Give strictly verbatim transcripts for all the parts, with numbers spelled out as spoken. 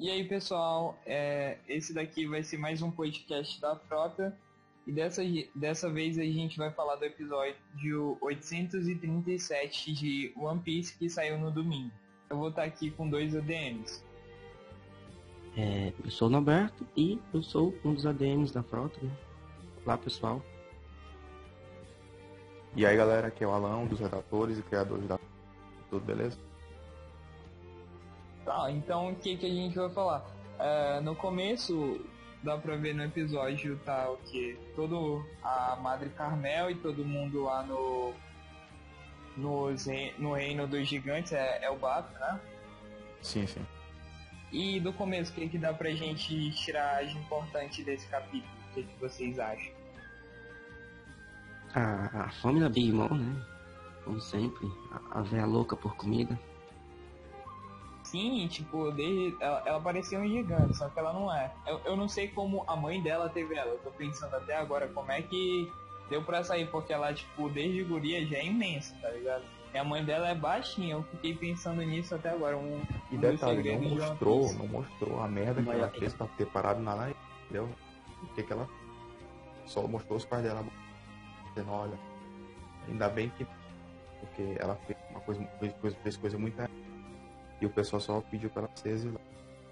E aí, pessoal, é, esse daqui vai ser mais um podcast da Frota. E dessa, dessa vez a gente vai falar do episódio oitocentos e trinta e sete de One Piece, que saiu no domingo. Eu vou estar aqui com dois A D Ms. É, eu sou o Norberto e eu sou um dos A D Ms da Frota, né? Olá, pessoal. E aí, galera, aqui é o Alan, um dos redatores e criadores da... Tudo beleza? Tá, então o que, que a gente vai falar? É, no começo, dá pra ver no episódio, tá o que? Todo a Madre Carmel e todo mundo lá no no, no reino dos gigantes, é, é o Bato, né? Sim, sim. E do começo, o que, que dá pra gente tirar de importante desse capítulo? O que, que vocês acham? A, a fome da Big Mom, né? Como sempre, a, a véia louca por comida. Sim, tipo, desde, ela, ela parecia um gigante, só que ela não é. Eu, eu não sei como a mãe dela teve ela. Eu tô pensando até agora como é que deu pra sair, porque ela, tipo, desde guria já é imensa, tá ligado? E a mãe dela é baixinha, eu fiquei pensando nisso até agora. Um, E um detalhe, não mostrou, não mostrou a merda que ela fez pra ter parado na live, entendeu? O que que ela... Só mostrou os pais dela dizendo, olha, ainda bem que... Porque ela fez uma coisa, fez coisa, fez coisa muito errada. E o pessoal só pediu pra ela se exilar.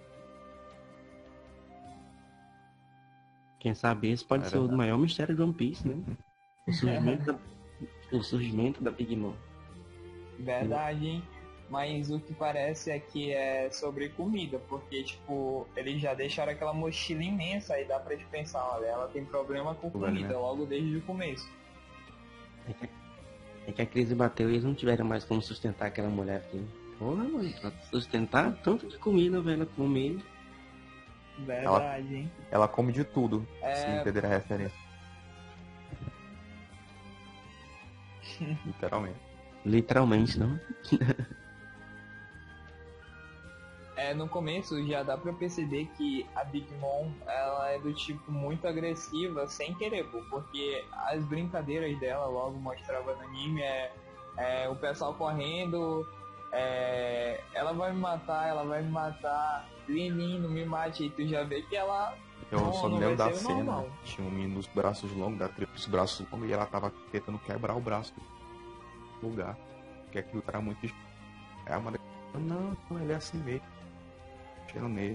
Quem sabe esse pode É ser o verdade. maior mistério de One Piece, né? O surgimento, da, o surgimento da Big Mom. Verdade, hein? Mas o que parece é que é sobre comida, porque, tipo, eles já deixaram aquela mochila imensa e dá pra te pensar, olha, ela tem problema com comida, logo desde o começo. É que, é que a crise bateu e eles não tiveram mais como sustentar aquela mulher aqui. Porra, mano, pra sustentar tanto de comida, velho, comer. Verdade, ela, hein? Ela come de tudo, É... se entender a referência. Literalmente. Literalmente, não? É, no começo já dá pra perceber que a Big Mom, ela é do tipo muito agressiva, sem querer, pô, porque as brincadeiras dela logo mostrava no anime, é, é o pessoal correndo, é, ela vai me matar, ela vai me matar, Linin, não me mate, e tu já vê que ela Eu não, só me não lembro vai da ser cena, normal. tinha um menino dos braços longos, da tribo dos braços longos, e ela tava tentando quebrar o braço do lugar, porque aquilo era muito... Aí a Madre, não, não, ele é assim mesmo, cheiro nele.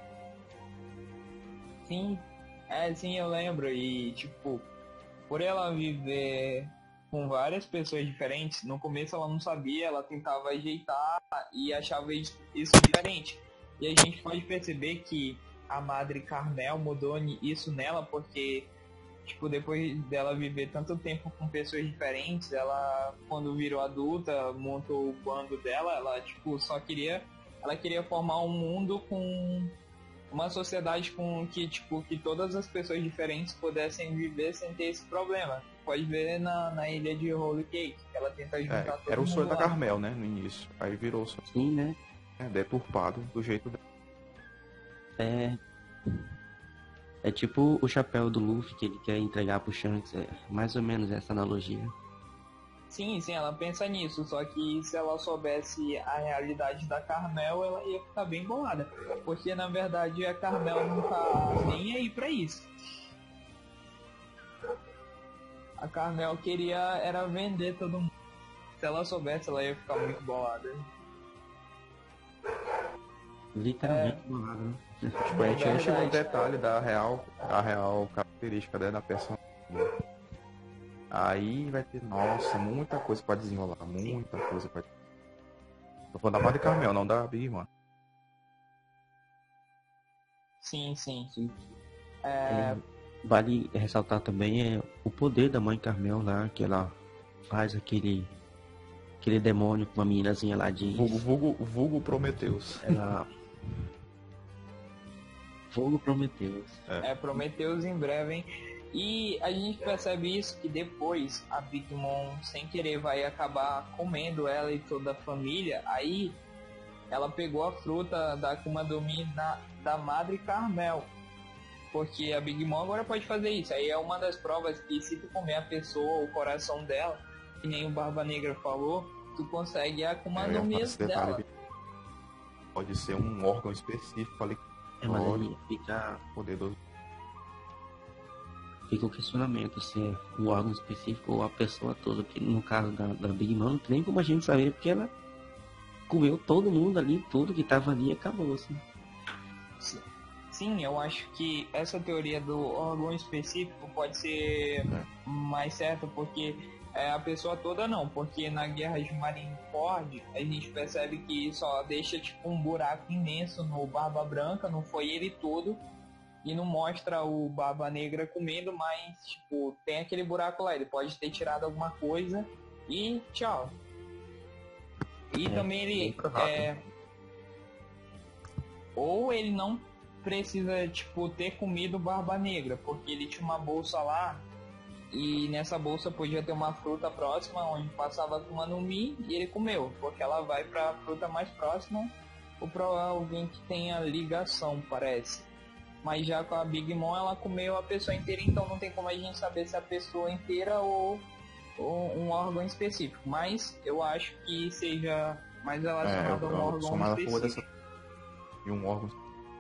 Sim, é, sim, eu lembro, e tipo, por ela viver com várias pessoas diferentes, no começo ela não sabia, ela tentava ajeitar e achava isso, isso diferente. E a gente pode perceber que a Madre Carmel mudou isso nela, porque, tipo, depois dela viver tanto tempo com pessoas diferentes, ela, quando virou adulta, montou o bando dela, ela, tipo, só queria, ela queria formar um mundo com uma sociedade com que, tipo, que todas as pessoas diferentes pudessem viver sem ter esse problema. Pode ver na, na ilha de Holy Cake, que ela tenta juntar É, todo era o mundo sonho da lá. Carmel, né, no início. Aí virou o sonho, Sim, né? né, deturpado do jeito dela. É. É tipo o chapéu do Luffy que ele quer entregar pro Shanks. É mais ou menos essa analogia. Sim, sim, ela pensa nisso, só que se ela soubesse a realidade da Carmel, ela ia ficar bem bolada. Porque na verdade a Carmel não tá nem aí pra isso. A Carmel queria era vender todo mundo. Se ela soubesse, ela ia ficar muito bolada. Literalmente é... bolado, né? Tipo, a gente nem chegou no detalhe da real, a real característica, né, da personagem. Aí vai ter, nossa, muita coisa pra desenrolar, muita Sim. coisa pra... Tô falando da Madre Carmel, não da Big Mom. Sim, sim. Sim. É... É, vale ressaltar também é o poder da Mãe Carmel lá, que ela faz aquele aquele demônio com uma meninazinha lá de... Vulgo, vulgo, vulgo Prometheus. Ela... Fogo Prometheus. É. é, Prometheus em breve, hein? E a gente percebe isso que depois a Big Mom, sem querer, vai acabar comendo ela e toda a família. Aí ela pegou a fruta da Akuma no Mi da, da Madre Carmel. Porque a Big Mom agora pode fazer isso. Aí é uma das provas que se tu comer a pessoa, o coração dela, que nem o Barba Negra falou, tu consegue a Akuma no Mi dela. Pode ser um órgão específico ali. É, mas aí fica, Poder do... fica o questionamento se é o órgão específico ou a pessoa toda, que no caso da, da Big Mom, não tem nem como a gente saber, porque ela comeu todo mundo ali, tudo que tava ali e acabou, assim. Sim, eu acho que essa teoria do órgão específico pode ser É. mais certa, porque é, a pessoa toda não, porque na Guerra de Marineford a gente percebe que só deixa tipo um buraco imenso no Barba Branca, não foi ele todo, e não mostra o Barba Negra comendo, mas tipo, tem aquele buraco lá, ele pode ter tirado alguma coisa e tchau. E É, também ele muito rápido. é, ou ele não precisa, tipo, ter comido Barba Negra, porque ele tinha uma bolsa lá e nessa bolsa podia ter uma fruta próxima onde passava Akuma Mi e ele comeu, porque ela vai pra fruta mais próxima ou pra alguém que tenha ligação, parece. Mas já com a Big Mom ela comeu a pessoa inteira, então não tem como a gente saber se é a pessoa inteira ou, ou um órgão específico. Mas eu acho que seja mais relacionado É, a um órgão somada a favor específico. dessa... E um órgão...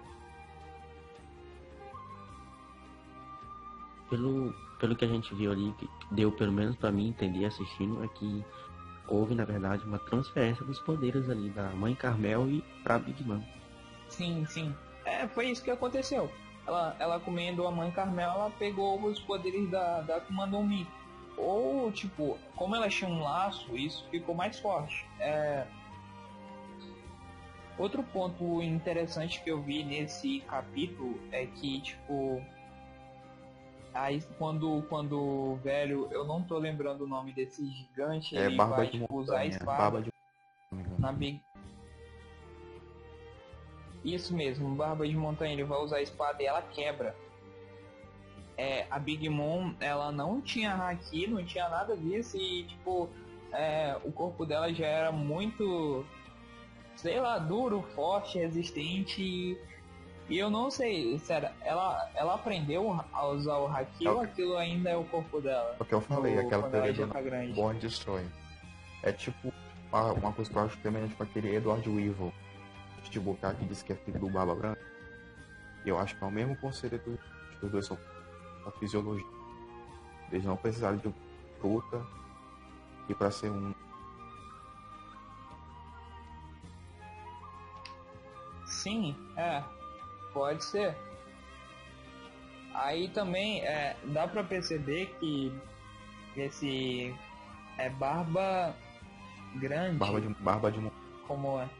Pelo, pelo que a gente viu ali, que deu pelo menos pra mim entender assistindo, é que houve, na verdade, uma transferência dos poderes ali da Mãe Carmel e pra Big Mom. Sim, sim. É, foi isso que aconteceu. Ela, ela comendo a Mãe Carmel, ela pegou os poderes da, da Akuma no Mi. Ou, tipo, como ela tinha um laço, isso ficou mais forte. É... Outro ponto interessante que eu vi nesse capítulo é que, tipo... Aí, quando, quando o velho... Eu não tô lembrando o nome desse gigante. É ele Barba vai, de tipo, usar a Montanha. espada Barba de... Não me engano. na Big... Isso mesmo, Barba de Montanha, ele vai usar a espada e ela quebra. É, a Big Mom, ela não tinha haki, não tinha nada disso e, tipo, é, o corpo dela já era muito, sei lá, duro, forte, resistente e, e eu não sei, sério, ela, ela aprendeu a usar o haki É o ou que- aquilo ainda é o corpo dela? É o que eu falei, No- aquela quando ela teoria já do tá grande. Born Destroy. É tipo uma, uma coisa que eu acho também, é tipo aquele Edward Weevil, tipo, cara que disse que é filho do Barba Branca. E eu acho que é o mesmo conceito dos os dois são a fisiologia. Eles não precisaram de fruta e para ser um. Sim, é, pode ser. Aí também é, dá pra perceber que esse é barba grande, Barba de, barba de como é.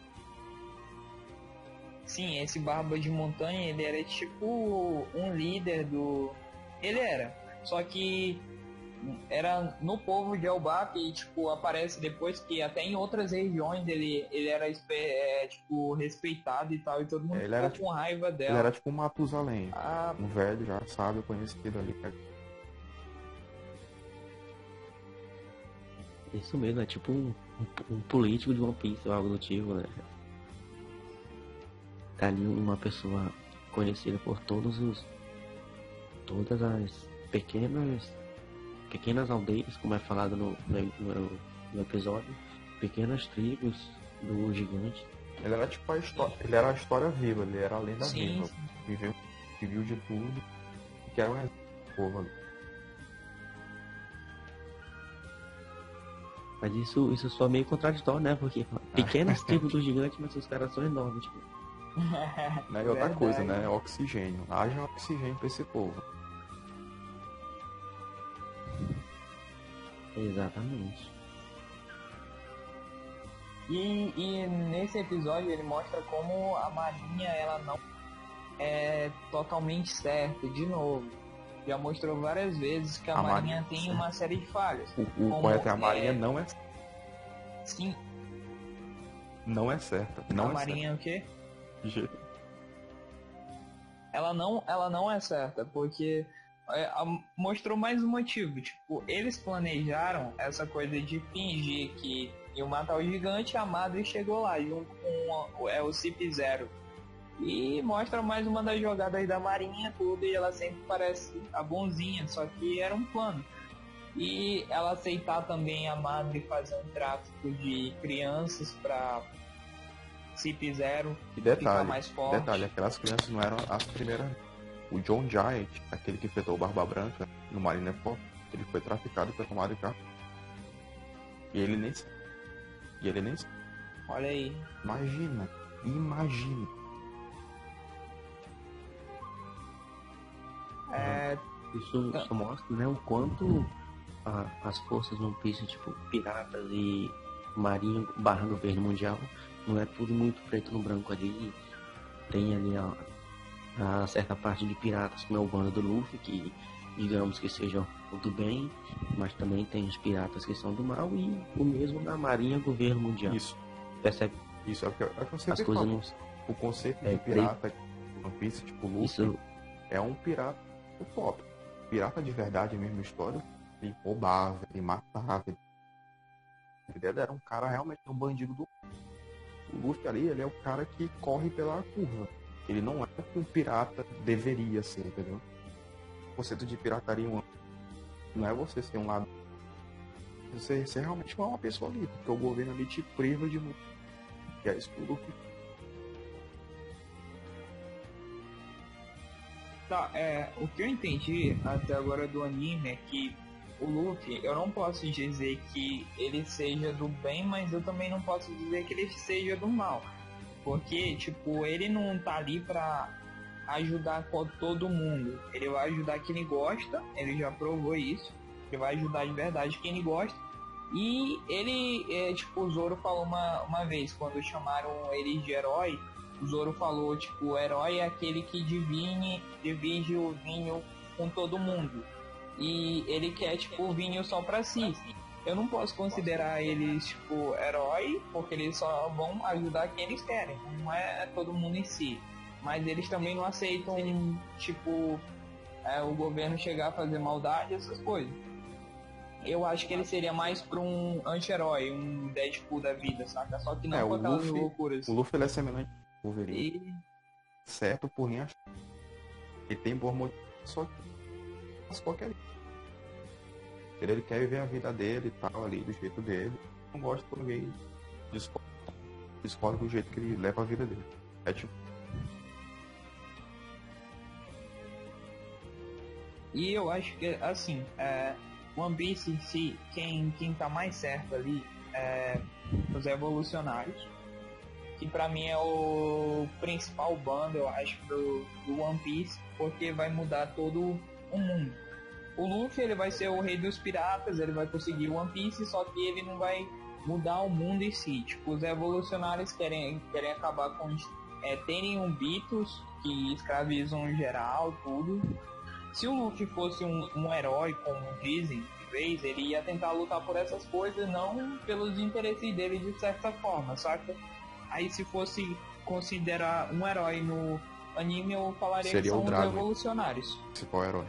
Sim, esse barba de montanha, ele era tipo um líder do... Ele era, só que era no povo de Elbap e tipo aparece depois que até em outras regiões ele, ele era é, tipo respeitado e tal e todo mundo Ele ficou era, com tipo, raiva dela. Ele era tipo um Matusalém, Ah, um velho já sábio conhecido ali. Isso mesmo, é tipo um, um, um político de One Piece ou algo do tipo, né? Tá ali uma pessoa conhecida por todos os... Todas as pequenas... Pequenas aldeias, como é falado no, no, no episódio. Pequenas tribos do gigante. Ele era tipo a história, ele era a história viva, ele era a lenda sim, viva. sim. Viveu, viveu de tudo, que era um povo ali. Mas isso, isso só é meio contraditório, né? Porque pequenas tribos do gigante, mas os caras são enormes, tipo. Né? E outra Verdade. coisa, né? Oxigênio. Haja oxigênio pra esse povo. Exatamente. E, e nesse episódio ele mostra como a marinha ela não é totalmente certa, de novo. Já mostrou várias vezes que a, A marinha, marinha, tem sim. uma série de falhas. O, o Como, correto é a marinha é, não é Sim, não é certa. a Não é marinha é o quê? certa. Ela não, ela não é certa, porque é, a- mostrou mais um motivo. Tipo, eles planejaram essa coisa de fingir que iam matar o gigante e a Madre chegou lá junto com o, é, o Cip Zero. E mostra mais uma das jogadas da marinha tudo e ela sempre parece a bonzinha, só que era um plano. E ela aceitar também a Madre fazer um tráfico de crianças pra Cip Zero E ficar detalhe, mais forte. detalhe, aquelas crianças não eram as primeiras. O John Giant, aquele que enfrentou o Barba Branca no Marineford, ele foi traficado e foi tomado de cá. E ele nem sabe. E ele nem sabe. Olha aí. Imagina, imagina. É, Isso só mostra, né, o quanto a- as forças One Piece, tipo, piratas e marinha barra governo mundial, não é tudo muito preto no branco ali. Tem ali a, a certa parte de piratas, como é o bando do Luffy, que digamos que seja o do bem, mas também tem os piratas que são do mal, e o mesmo da marinha governo mundial. Isso, Percebe? isso é o que eu, é o que eu sempre As coisas falo. não... O conceito É, de pirata de One Piece, tipo Luffy, Isso, é um pirata do top. Pirata de verdade mesmo, história, ele roubava, ele matava. Ele... Ele era um cara realmente um bandido do. O Luffy ali, ele é o cara que corre pela curva. Ele não é o que um pirata deveria ser, entendeu? O conceito de pirataria não é você ser um lado. Você, você realmente não é uma pessoa ali, porque o governo ali te priva de muito. E é isso que o Luffy. tá, é, o que eu entendi até agora do anime é que o Luffy, eu não posso dizer que ele seja do bem, mas eu também não posso dizer que ele seja do mal. Porque, tipo, ele não tá ali pra ajudar todo mundo. Ele vai ajudar quem ele gosta, ele já provou isso. Ele vai ajudar de verdade quem ele gosta. E ele, é, tipo, o Zoro falou uma, uma vez, quando chamaram ele de herói, o Zoro falou, tipo, o herói é aquele que divine, divide o vinho com todo mundo. E ele quer, tipo, o vinho só pra si. Eu não posso considerar eles, tipo, herói, porque eles só vão ajudar quem eles querem. Não é todo mundo em si. Mas eles também não aceitam, tipo, é, o governo chegar a fazer maldade, essas coisas. Eu acho que ele seria mais pra um anti-herói, um Deadpool da vida, saca? Só que não É, com o aquelas Luffy, loucuras. o Luffy ele é semelhante ao Wolverine. E... Certo por linha. Ele tem boa motivação, só que faz qualquer. Ele, ele quer viver a vida dele e tal, ali, do jeito dele. Não gosta quando alguém discorda, discorda do jeito que ele leva a vida dele. É tipo. E eu acho que, assim, é, One Piece em si, quem, quem tá mais certo ali é os evolucionários, que pra mim é o principal bando, eu acho, do, do One Piece, porque vai mudar todo o mundo. O Luffy, ele vai ser o rei dos piratas, ele vai conseguir o One Piece, só que ele não vai mudar o mundo em si. Tipo, os evolucionários querem, querem acabar com... É, terem um Beatus, que escravizam em geral, tudo. Se o Luffy fosse um, um herói, como dizem, de vez, ele ia tentar lutar por essas coisas, não pelos interesses dele de certa forma, saca? Aí se fosse considerar um herói no anime, eu falaria Seria que são o os Dragon, evolucionários. principal herói.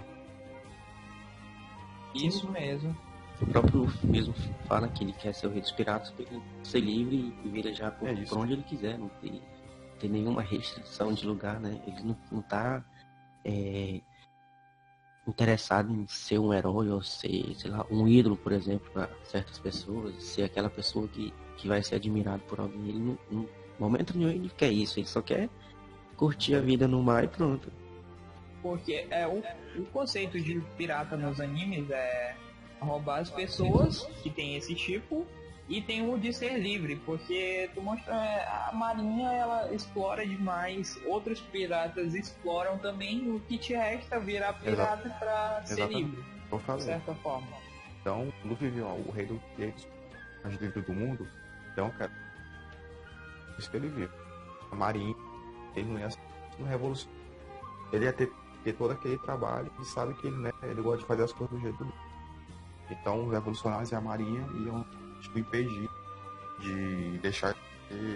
Isso mesmo. o próprio Luffy mesmo fala que ele quer ser o rei dos piratas pra ele ser livre e vir já por, É isso. por onde ele quiser, não tem, tem nenhuma restrição de lugar, né? Ele não, não tá é, interessado em ser um herói ou ser, sei lá, um ídolo, por exemplo, para certas pessoas, ser aquela pessoa que, que vai ser admirado por alguém. Ele não, não, no momento nenhum ele quer isso, ele só quer curtir a vida no mar e pronto. Porque é, o, o conceito de pirata nos animes é roubar as pessoas, que tem esse tipo, e tem o de ser livre, porque tu mostra a marinha, ela explora demais, outros piratas exploram também, o que te resta virar pirata pra ser Exatamente. livre, Eu de falei. certa forma. Então, o Luffy viu ó, o rei dos piratas mais livre do mundo. Então, cara, isso que ele viu. A marinha, ele não ia ser um revolucionário. Ele ia ter, ter todo aquele trabalho e sabe que ele, né, ele gosta de fazer as coisas do jeito dele. Então, os revolucionários e a marinha iam tipo, impedir de deixar ele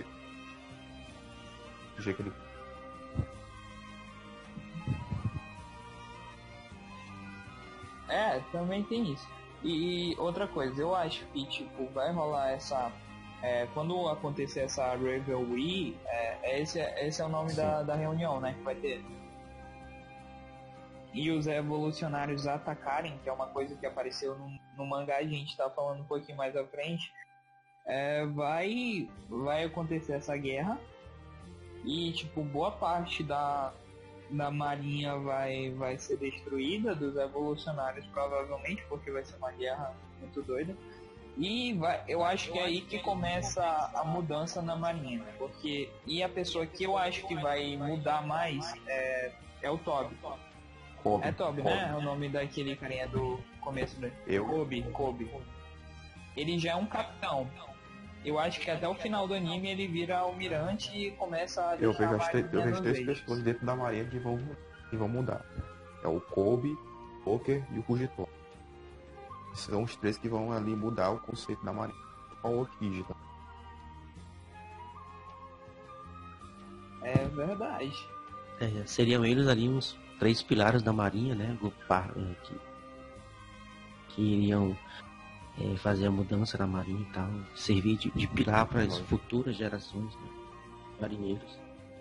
do jeito que ele. É, também tem isso. E outra coisa, eu acho que tipo, vai rolar essa. É, quando acontecer essa Revelry, é, esse, esse é o nome da, da reunião, né? Que vai ter. E os evolucionários atacarem, que é uma coisa que apareceu no, no mangá, a gente tá falando um pouquinho mais à frente. É, vai, vai acontecer essa guerra. e tipo, boa parte da, da marinha vai, vai ser destruída, dos evolucionários provavelmente, porque vai ser uma guerra muito doida. E vai, eu acho que é aí que começa a mudança na marinha, porque e a pessoa que eu acho que vai mudar mais é, é o Toby. Kobe, É Toby, Kobe. né? É o nome daquele carinha do começo do Eu? Kobe, Kobe. Ele já é um capitão. Eu acho que até o final do anime ele vira almirante e começa a Eu deixar vejo, as mais três- eu vejo três menos pessoas dentro da marinha que vão, que vão mudar. É o Kobe, o Poker e o Fugitor. São os três que vão ali mudar o conceito da marinha. Qual o Okiji, tá? É verdade. É, seriam eles ali os três pilares da marinha, né? o par- é, que, que iriam é, fazer a mudança na marinha e tal. Servir de, de pilar para as futuras gerações, né, marinheiros.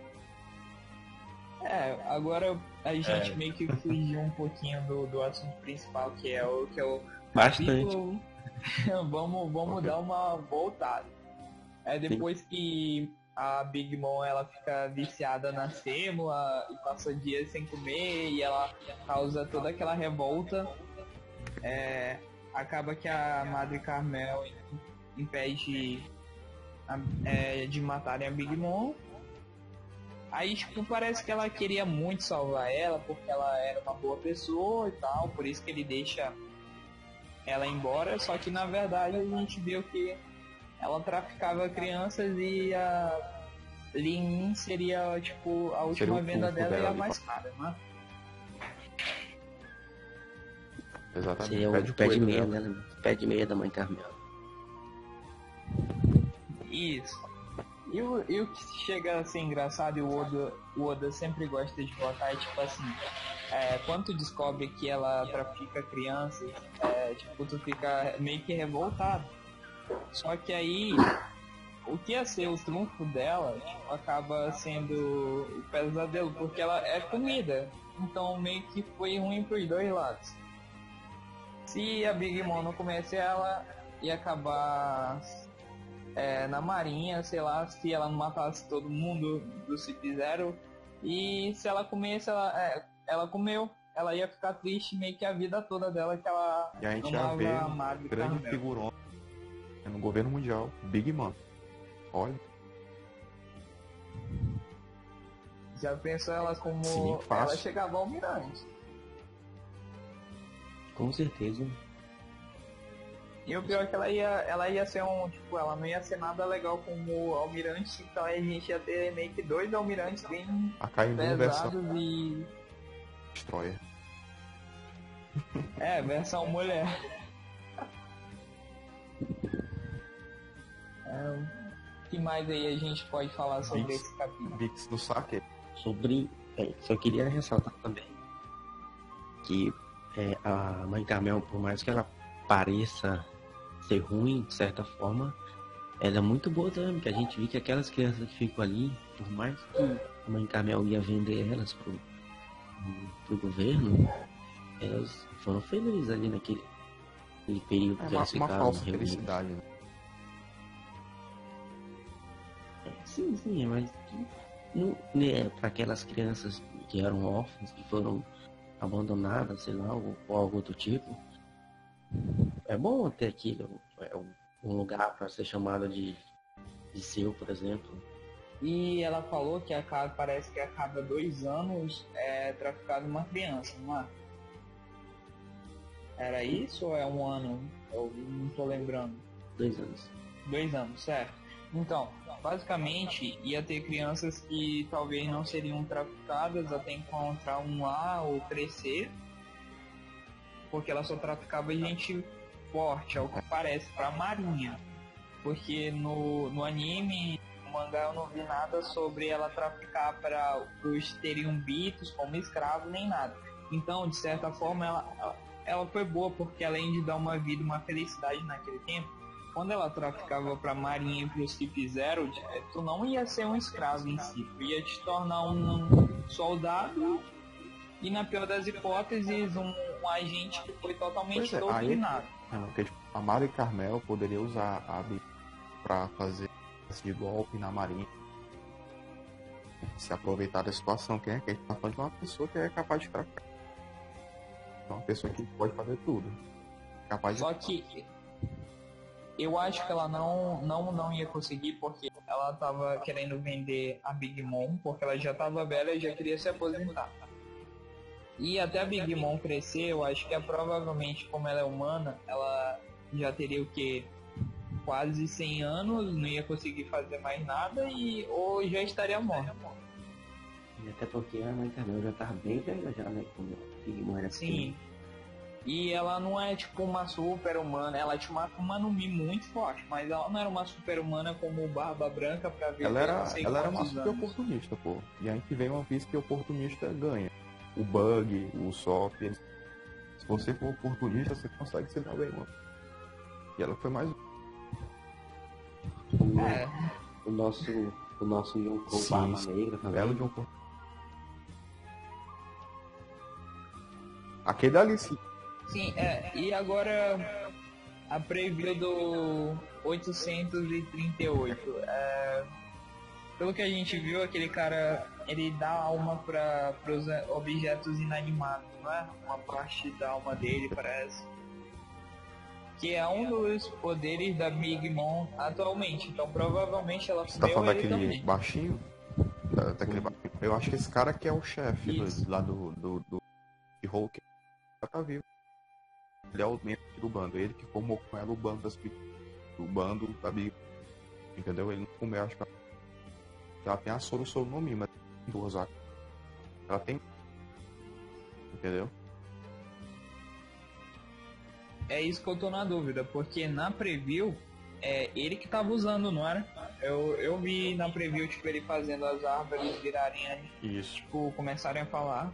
É, agora a gente meio que fugiu um pouquinho do, do assunto principal, que é o que é o Bastante. capítulo. vamos vamos dar uma voltada. É depois Sim. que a Big Mom ela fica viciada na sêmula e passa dias sem comer e ela causa toda aquela revolta. É, acaba que a Madre Carmel impede a, é, de matarem a Big Mom. Aí, tipo, parece que ela queria muito salvar ela, porque ela era uma boa pessoa e tal, por isso que ele deixa ela embora, só que na verdade a gente viu que ela traficava crianças e a Lin seria, tipo, a última venda dela, dela e a mais cara, né? Exatamente. Seria o pé de meia dela, pé de meia da Mãe Carmel. Isso. E o, e o que chega a ser engraçado, e o Oda, o Oda sempre gosta de botar, é tipo assim, é, quando tu descobre que ela trafica crianças, é, tipo, tu fica meio que revoltado. Só que aí, o que ia ser o trunfo dela, tipo, acaba sendo o pesadelo, porque ela é comida. Então meio que foi ruim pros dois lados. Se a Big Mom não comesse ela, ia acabar... É, na marinha, sei lá, se ela não matasse todo mundo do Cip Zero. E se ela comesse, ela, é, ela comeu. Ela ia ficar triste meio que a vida toda dela, que ela e a gente já vê a um grande figurão no governo mundial, Big Mom. Olha. Já pensou ela como... Sim, ela chegava ao almirante. Com certeza. E o pior é que ela ia, ela ia ser um, tipo, ela não ia ser nada legal como almirante, então a gente ia ter meio que dois almirantes bem pesados e... Destroyer. É, versão mulher. É, o que mais aí a gente pode falar sobre Vix, esse capítulo? Vix do saque. Sobre... É, só queria ressaltar também que é, a Mãe Carmel, por mais que ela pareça ser ruim, de certa forma, ela é muito boa também, porque a gente viu que aquelas crianças que ficam ali, por mais que a Mãe Carmel ia vender elas pro, pro governo, elas foram felizes ali naquele, naquele período é que uma, elas uma ficaram falsa reunidas. felicidade, né? É, sim, sim, mas não, né, para aquelas crianças que eram órfãs, que foram abandonadas, sei lá, ou, ou algo do tipo, é bom ter aquilo, é um, um lugar para ser chamado de, de seu, por exemplo. E ela falou que a cada, parece que a cada dois anos é traficada uma criança, não é? Era isso ou é um ano? Eu não tô lembrando. Dois anos. Dois anos, certo. Então, basicamente, ia ter crianças que talvez não seriam traficadas até encontrar um A ou crescer, porque ela só traficava gente forte, ao que parece, pra marinha. Porque no, no anime, no mangá, eu não vi nada sobre ela traficar para os teriumbitos como escravos, nem nada. Então, de certa forma, ela, ela foi boa, porque além de dar uma vida, uma felicidade naquele tempo, quando ela traficava pra marinha e pro Cip Zero, tu não ia ser um escravo em si, tu ia te tornar um soldado e, na pior das hipóteses, um, um agente que foi totalmente é, doutrinado. Aí, não, porque, tipo, a Madre Carmel poderia usar a Big pra fazer esse golpe na marinha. se aproveitar da situação. Quem é que a gente tá falando de uma pessoa que é capaz de traficar. É uma pessoa que pode fazer tudo. Capaz de... Só que eu acho que ela não, não, não ia conseguir porque ela tava querendo vender a Big Mom, porque ela já tava velha e já queria se aposentar. E até a Big Mom crescer, eu acho que é, provavelmente, como ela é humana, ela já teria o que? Quase cem anos, não ia conseguir fazer mais nada e ou já estaria morta. E até porque a Mãe Carmel já tava bem velha já, né? Quando a Big Mom era Sim. pequena. E ela não é tipo uma super humana, ela tinha uma Akuma no Mi muito forte, mas ela não era uma super humana como o Barba Branca pra ver. Ela era, ela era uma super oportunista, pô. E a gente vê uma vez que o oportunista ganha. O Bug, o Sop, eles... se você for oportunista, você consegue se dar bem, mano. E ela foi mais... O, É. o nosso, o nosso Yonkou Sim, Barba sim. Negra também. Belo de um oportunista. Aquele ali, sim. Sim, é, e agora a preview do oitocentos e trinta e oito. É, pelo que a gente viu, aquele cara, ele dá alma para os objetos inanimados, não é? Uma parte da alma dele, parece. Que é um dos poderes da Big Mom atualmente. Então provavelmente ela Você tá comeu falando ele daquele também. baixinho? Da, daquele baixinho? Eu acho que esse cara que é o chefe Isso. lá do, do, do de Hulk. Já tá vivo. Ele é o membro do bando. Ele que formou com ela o bando das do bando da Big. Entendeu? Ele não comeu, acho que ela, ela tem a solução no Mi, mas do Rosário. Ela tem. Entendeu? É isso que eu tô na dúvida, porque na preview é ele que tava usando, não era? Eu, eu vi na preview tipo, ele fazendo as árvores virarem, Isso. tipo, começarem a falar.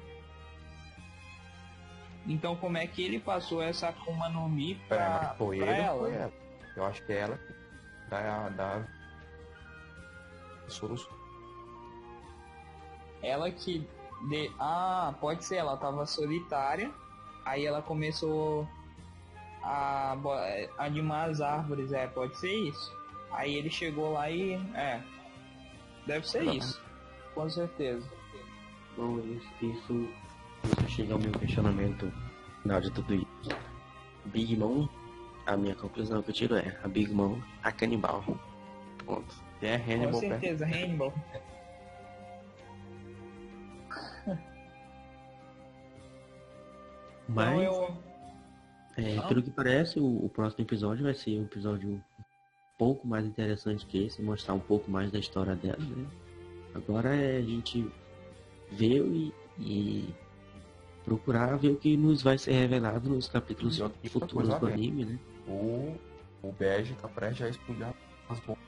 Então como é que ele passou essa Akuma no Mi É, pra, mas foi pra ele ou ela? foi ela? Eu acho que é ela que dá, dá a solução. Ela que... De... Ah, pode ser, ela tava solitária, aí ela começou a bo- animar as árvores, é, pode ser isso. Aí ele chegou lá e... é, deve ser Exatamente. isso, com certeza. Bom, isso, isso, isso chega ao meu questionamento na hora de tudo isso. Big Mom, a minha conclusão que eu tiro é: a Big Mom, a canibal. Ponto. Quem é Com Hannibal perto? certeza, Hannibal. Mas, Então eu... é, Ah. pelo que parece, o, o próximo episódio vai ser um episódio um pouco mais interessante que esse, mostrar um pouco mais da história dela, né? Agora é a gente ver e, e procurar ver o que nos vai ser revelado nos capítulos E outra futuros coisa, do né? anime, né? O, o Bege tá prestes a explodir as bombas.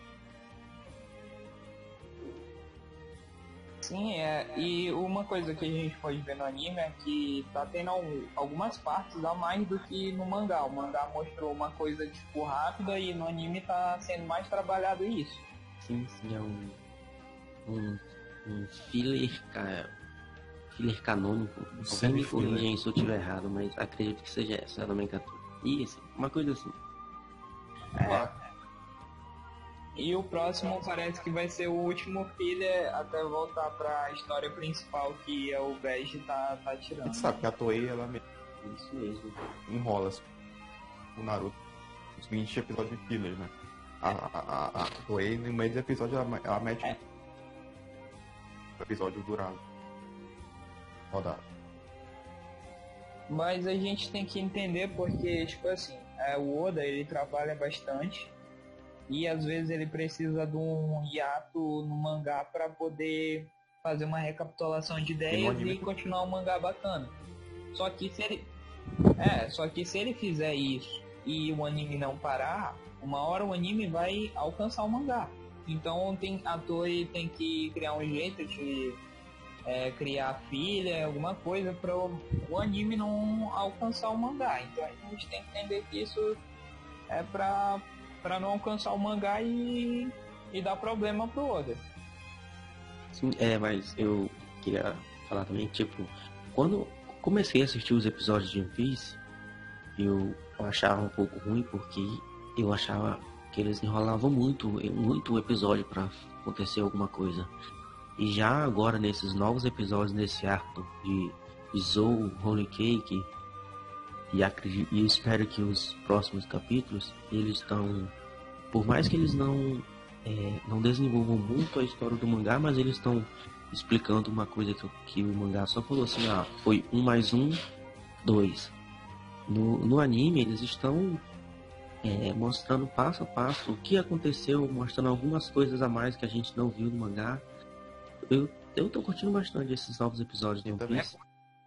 Sim, é, e uma coisa que a gente pode ver no anime é que tá tendo al- algumas partes a mais do que no mangá. O mangá mostrou uma coisa tipo rápida e no anime tá sendo mais trabalhado isso. Sim, sim, é um, um, um filler, ca- filler canônico. Alguém me semi-filler. corrigem se eu estiver errado, mas acredito que seja essa a nomenclatura. Isso, uma coisa assim. É. E o próximo parece que vai ser o último filler até voltar pra história principal que é o Bege tá, tá A tirando. gente sabe que a Toei, ela me- Isso mesmo. enrola assim, o Naruto. Os vinte episódios de filler, né? A, a, a, a Toei, no meio do episódio, ela, ela mete É. um episódio durado. Rodado. Mas a gente tem que entender porque, tipo assim, é, o Oda ele trabalha bastante e às vezes ele precisa de um hiato no mangá para poder fazer uma recapitulação de ideias anime- e continuar um mangá bacana. Só que se ele é, só que se ele fizer isso e o anime não parar, uma hora o anime vai alcançar o mangá. Então tem a Toei tem que criar um jeito de é, criar filha, alguma coisa para o, o anime não alcançar o mangá. Então a gente tem que entender que isso é para para não alcançar o mangá e, e dar problema pro Oda. Sim, é, mas eu queria falar também, tipo, quando comecei a assistir os episódios de One Piece, eu achava um pouco ruim porque eu achava que eles enrolavam muito, muito o episódio pra acontecer alguma coisa. E já agora, nesses novos episódios, nesse arco de Zou, Holy Cake, e, acredito, e eu espero que os próximos capítulos, eles estão, por mais que eles não, é, não desenvolvam muito a história do mangá, mas eles estão explicando uma coisa que, que o mangá só falou assim, ah, foi um mais um, dois. No, no anime, eles estão é, mostrando passo a passo o que aconteceu, mostrando algumas coisas a mais que a gente não viu no mangá. Eu, eu tô curtindo bastante esses novos episódios do One Piece.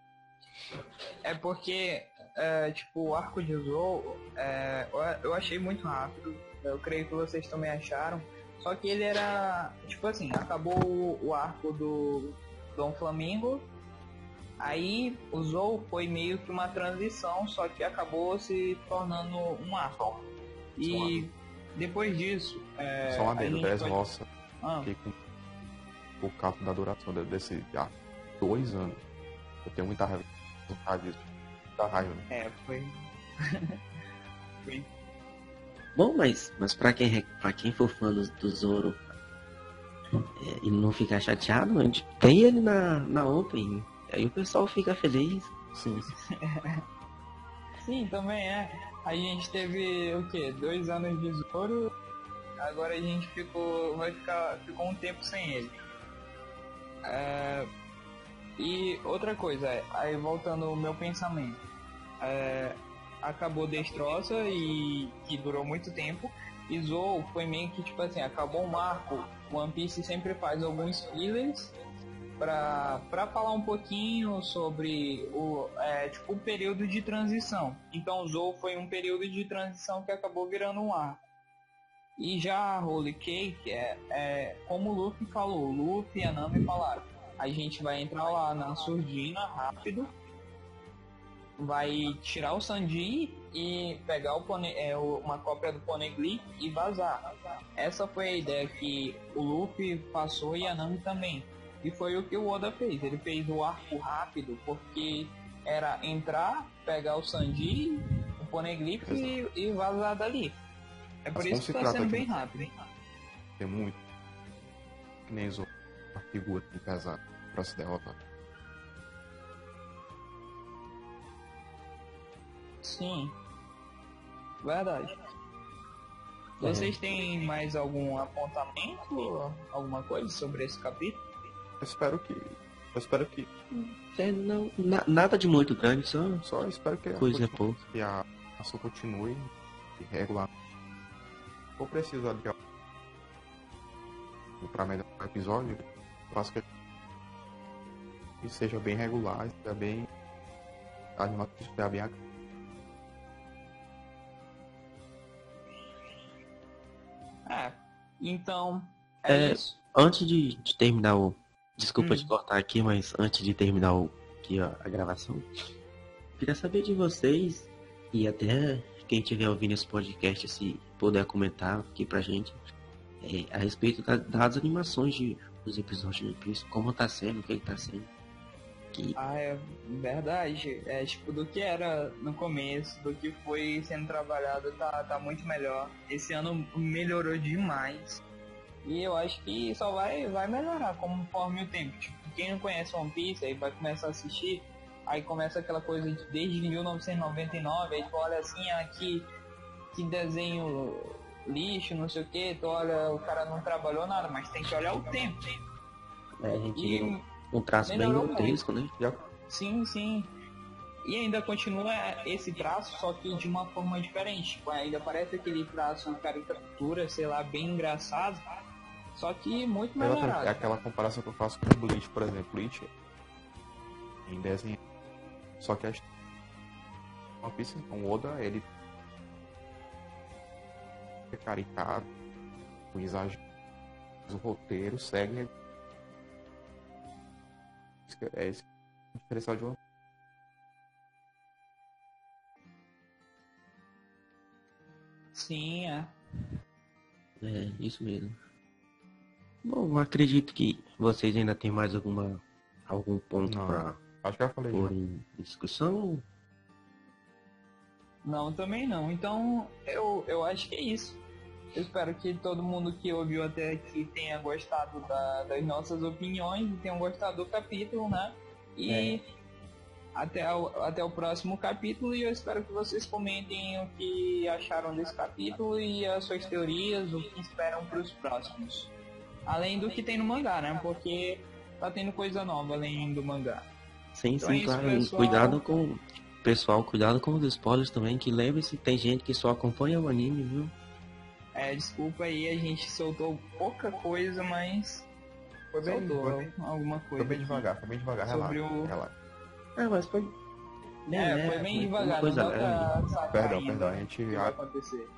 É porque, é, tipo, o arco de Zou, é, eu achei muito rápido. Eu creio que vocês também acharam. Só que ele era, tipo assim, acabou o, o arco do Dom Flamingo. Aí o Zou foi meio que uma transição, só que acabou se tornando um arco. E depois disso... É, só um adendo, dez foi... roça. Ah. Com, por causa da duração desse arco. Dois anos. Eu tenho muita raiva disso. Muita raiva. Né? É, foi... foi... Bom, mas, mas pra, quem, pra quem for fã do, do Zoro é, e não ficar chateado, a gente tem ele na, na Open. Aí o pessoal fica feliz. Sim. Sim, também é. A gente teve o quê? Dois anos de Zoro. Agora a gente ficou. Vai ficar. Ficou um tempo sem ele. É, e outra coisa, aí voltando ao meu pensamento. É, acabou Destroça e que durou muito tempo. E Zou foi meio que tipo assim, acabou o marco. One Piece sempre faz alguns fillers Pra, pra falar um pouquinho sobre o, é, tipo, o período de transição. Então o Zou foi um período de transição que acabou virando um arco. E já a Holy Cake, é, é, como o Luffy falou, o Luffy e a Nami falaram, a gente vai entrar lá na surdina rápido, vai tirar o Sanji e pegar o pone, é, uma cópia do Poneglyph e vazar. Essa foi a ideia que o Luffy passou e a Nami também. E foi o que o Oda fez. Ele fez o arco rápido porque era entrar, pegar o Sanji, o Poneglyph e, e vazar dali. É por Mas isso que tá sendo bem rápido. Tem muito. Que nem Zou, a figura de pesar pra se derrotar. Sim. Verdade. Vocês têm mais algum apontamento, alguma coisa sobre esse capítulo? Eu espero que. Eu espero que. É, não, na, nada de muito grande, só, Só espero que a coisa é pouco. que a ação continue regular. Ou preciso de algo para melhorar o episódio, eu faço que que seja bem regular, seja bem animado, seja bem. É, então é, É, isso. Antes de, de terminar o. Desculpa Hum. te cortar aqui, mas antes de terminar o, aqui, ó, a gravação, queria saber de vocês e até quem estiver ouvindo esse podcast, se puder comentar aqui pra gente é, a respeito da, das animações de, dos episódios de One Piece, como tá sendo, o que, que tá sendo. Que... Ah, é verdade. É tipo do que era no começo, do que foi sendo trabalhado, tá, tá muito melhor. Esse ano melhorou demais. E eu acho que só vai, vai melhorar conforme o tempo. Tipo, quem não conhece One Piece aí vai começar a assistir, aí começa aquela coisa de desde mil novecentos e noventa e nove, aí tu olha assim, aqui, que desenho lixo, não sei o que, tu olha, o cara não trabalhou nada, mas tem que olhar o tempo. É, a gente E viu um traço bem melhorou grotesco, né? Já Sim, sim. E ainda continua esse traço, só que de uma forma diferente. Tipo, ainda parece aquele traço caricatura, sei lá, bem engraçado. Só que muito melhorado. é aquela comparação que eu faço com o Bleach, por exemplo. Bleach em desenho. Só que a One Piece, o Oda, ele é caricato, o exagero, o roteiro segue. É esse o diferencial de One Piece. Sim, é. É, isso mesmo. Bom, acredito que vocês ainda tem mais alguma algum ponto Não. para Acho que eu já falei. pôr Já. em discussão. Não, também não. Então, eu, eu acho que é isso. Eu espero que todo mundo que ouviu até aqui tenha gostado da, das nossas opiniões e tenham gostado do capítulo, né? E é. até, o, até o próximo capítulo, e eu espero que vocês comentem o que acharam desse capítulo e as suas teorias, o que esperam para os próximos. Além do que tem no mangá, né? Porque tá tendo coisa nova além do mangá. Sim, então sim, é isso, claro. pessoal. Cuidado com... Pessoal, cuidado com os spoilers também, que lembre-se, tem gente que só acompanha o anime, viu? É, desculpa aí, a gente soltou pouca coisa, mas foi bem, soltou foi bem, alguma coisa. Foi bem devagar, foi bem devagar, sobre relaxa, o... relaxa. É, mas foi... É, é foi bem foi devagar, coisa não dá pra sacar Perdão, ainda perdão, a gente... o que vai acontecer.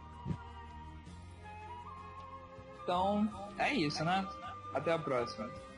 Então, é isso, né? Até a próxima.